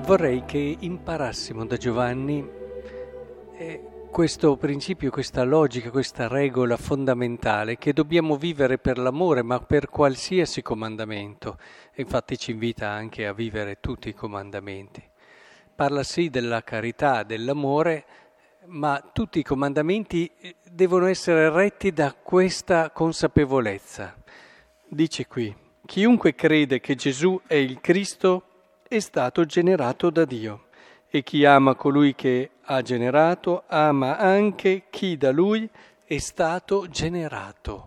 Vorrei che imparassimo da Giovanni questo principio, questa logica, questa regola fondamentale che dobbiamo vivere per l'amore, ma per qualsiasi comandamento. E infatti ci invita anche a vivere tutti i comandamenti. Parla sì della carità, dell'amore, ma tutti i comandamenti devono essere retti da questa consapevolezza. Dice qui: chiunque crede che Gesù è il Cristo è stato generato da Dio, e chi ama colui che ha generato ama anche chi da lui è stato generato.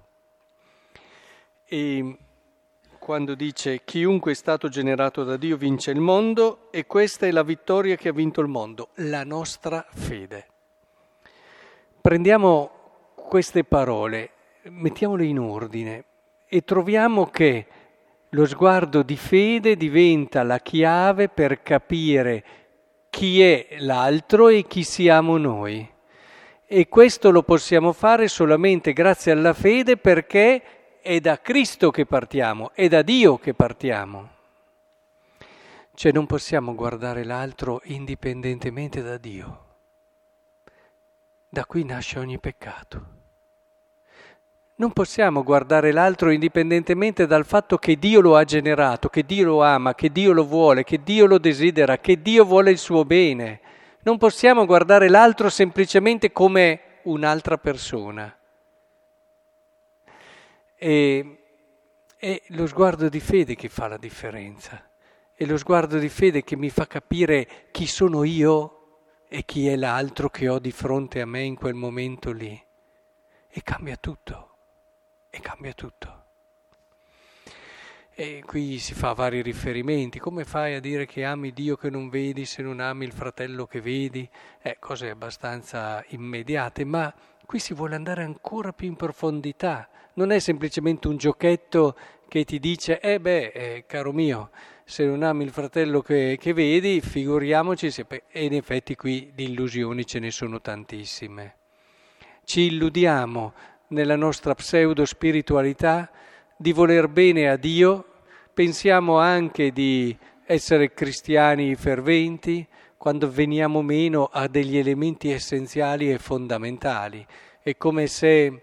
E quando dice chiunque è stato generato da Dio vince il mondo, e questa è la vittoria che ha vinto il mondo, la nostra fede. Prendiamo queste parole, mettiamole in ordine e troviamo che lo sguardo di fede diventa la chiave per capire chi è l'altro e chi siamo noi. E questo lo possiamo fare solamente grazie alla fede, perché è da Cristo che partiamo, è da Dio che partiamo. Cioè non possiamo guardare l'altro indipendentemente da Dio. Da qui nasce ogni peccato. Non possiamo guardare l'altro indipendentemente dal fatto che Dio lo ha generato, che Dio lo ama, che Dio lo vuole, che Dio lo desidera, che Dio vuole il suo bene. Non possiamo guardare l'altro semplicemente come un'altra persona. È lo sguardo di fede che fa la differenza. È lo sguardo di fede che mi fa capire chi sono io e chi è l'altro che ho di fronte a me in quel momento lì. E cambia tutto. E cambia tutto. E qui si fa vari riferimenti. Come fai a dire che ami Dio che non vedi se non ami il fratello che vedi? Cose abbastanza immediate, ma qui si vuole andare ancora più in profondità. Non è semplicemente un giochetto che ti dice, caro mio, se non ami il fratello che vedi, figuriamoci se... E in effetti qui di illusioni ce ne sono tantissime. Ci illudiamo nella nostra pseudo-spiritualità di voler bene a Dio, pensiamo anche di essere cristiani ferventi quando veniamo meno a degli elementi essenziali e fondamentali. È come se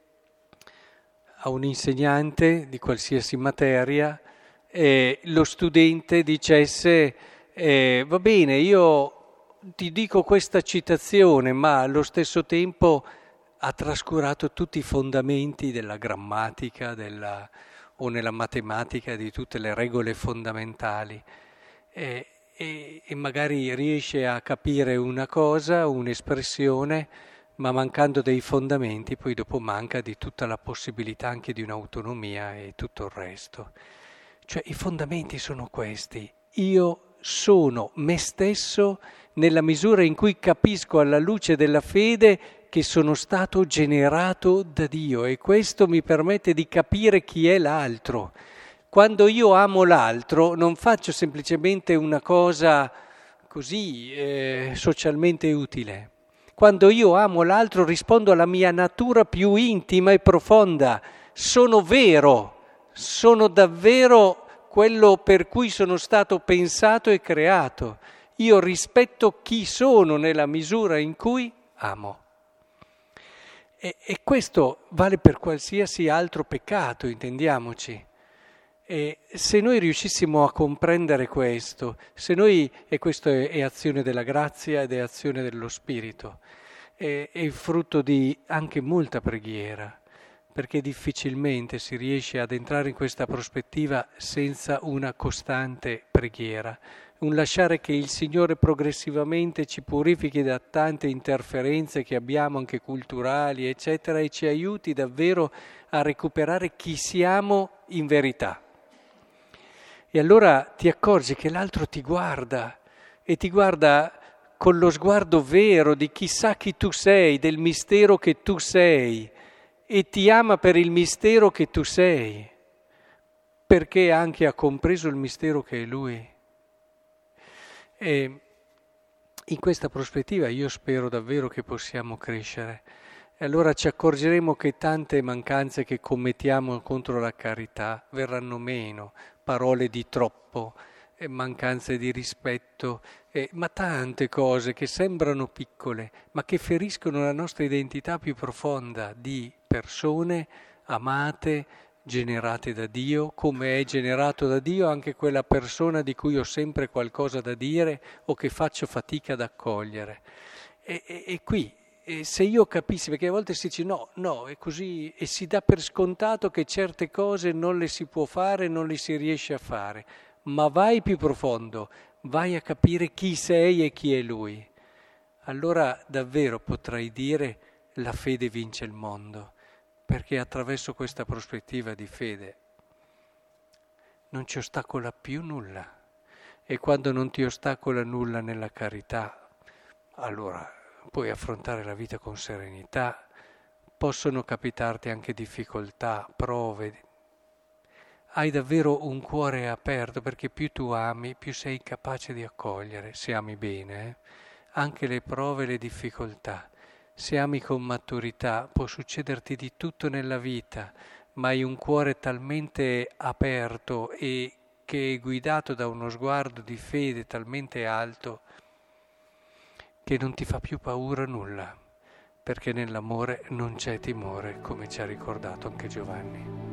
a un insegnante di qualsiasi materia lo studente dicesse va bene, io ti dico questa citazione, ma allo stesso tempo ha trascurato tutti i fondamenti della grammatica o nella matematica di tutte le regole fondamentali e magari riesce a capire una cosa, un'espressione, ma mancando dei fondamenti poi dopo manca di tutta la possibilità anche di un'autonomia e tutto il resto. Cioè i fondamenti sono questi: io sono me stesso nella misura in cui capisco alla luce della fede che sono stato generato da Dio, e questo mi permette di capire chi è l'altro. Quando io amo l'altro non faccio semplicemente una cosa così socialmente utile. Quando io amo l'altro rispondo alla mia natura più intima e profonda. Sono vero, sono davvero quello per cui sono stato pensato e creato. Io rispetto chi sono nella misura in cui amo. E questo vale per qualsiasi altro peccato, intendiamoci. E se noi riuscissimo a comprendere questo, e questo è azione della grazia ed è azione dello Spirito, è il frutto di anche molta preghiera, perché difficilmente si riesce ad entrare in questa prospettiva senza una costante preghiera. Un lasciare che il Signore progressivamente ci purifichi da tante interferenze che abbiamo anche culturali, eccetera, e ci aiuti davvero a recuperare chi siamo in verità. E allora ti accorgi che l'altro ti guarda, e ti guarda con lo sguardo vero di chi sa chi tu sei, del mistero che tu sei, e ti ama per il mistero che tu sei, perché anche ha compreso il mistero che è Lui. E in questa prospettiva io spero davvero che possiamo crescere. E allora ci accorgeremo che tante mancanze che commettiamo contro la carità verranno meno, parole di troppo, mancanze di rispetto, ma tante cose che sembrano piccole, ma che feriscono la nostra identità più profonda di persone amate, generate da Dio, come è generato da Dio anche quella persona di cui ho sempre qualcosa da dire o che faccio fatica ad accogliere. E qui, se io capissi, perché a volte si dice no, no, è così, e si dà per scontato che certe cose non le si può fare, non le si riesce a fare, ma vai più profondo, vai a capire chi sei e chi è Lui. Allora davvero potrai dire la fede vince il mondo, perché attraverso questa prospettiva di fede non ci ostacola più nulla. E quando non ti ostacola nulla nella carità, allora puoi affrontare la vita con serenità, possono capitarti anche difficoltà, prove. Hai davvero un cuore aperto perché più tu ami, più sei capace di accogliere, se ami bene, anche le prove e le difficoltà. Se ami con maturità può succederti di tutto nella vita, ma hai un cuore talmente aperto e che è guidato da uno sguardo di fede talmente alto che non ti fa più paura nulla, perché nell'amore non c'è timore, come ci ha ricordato anche Giovanni.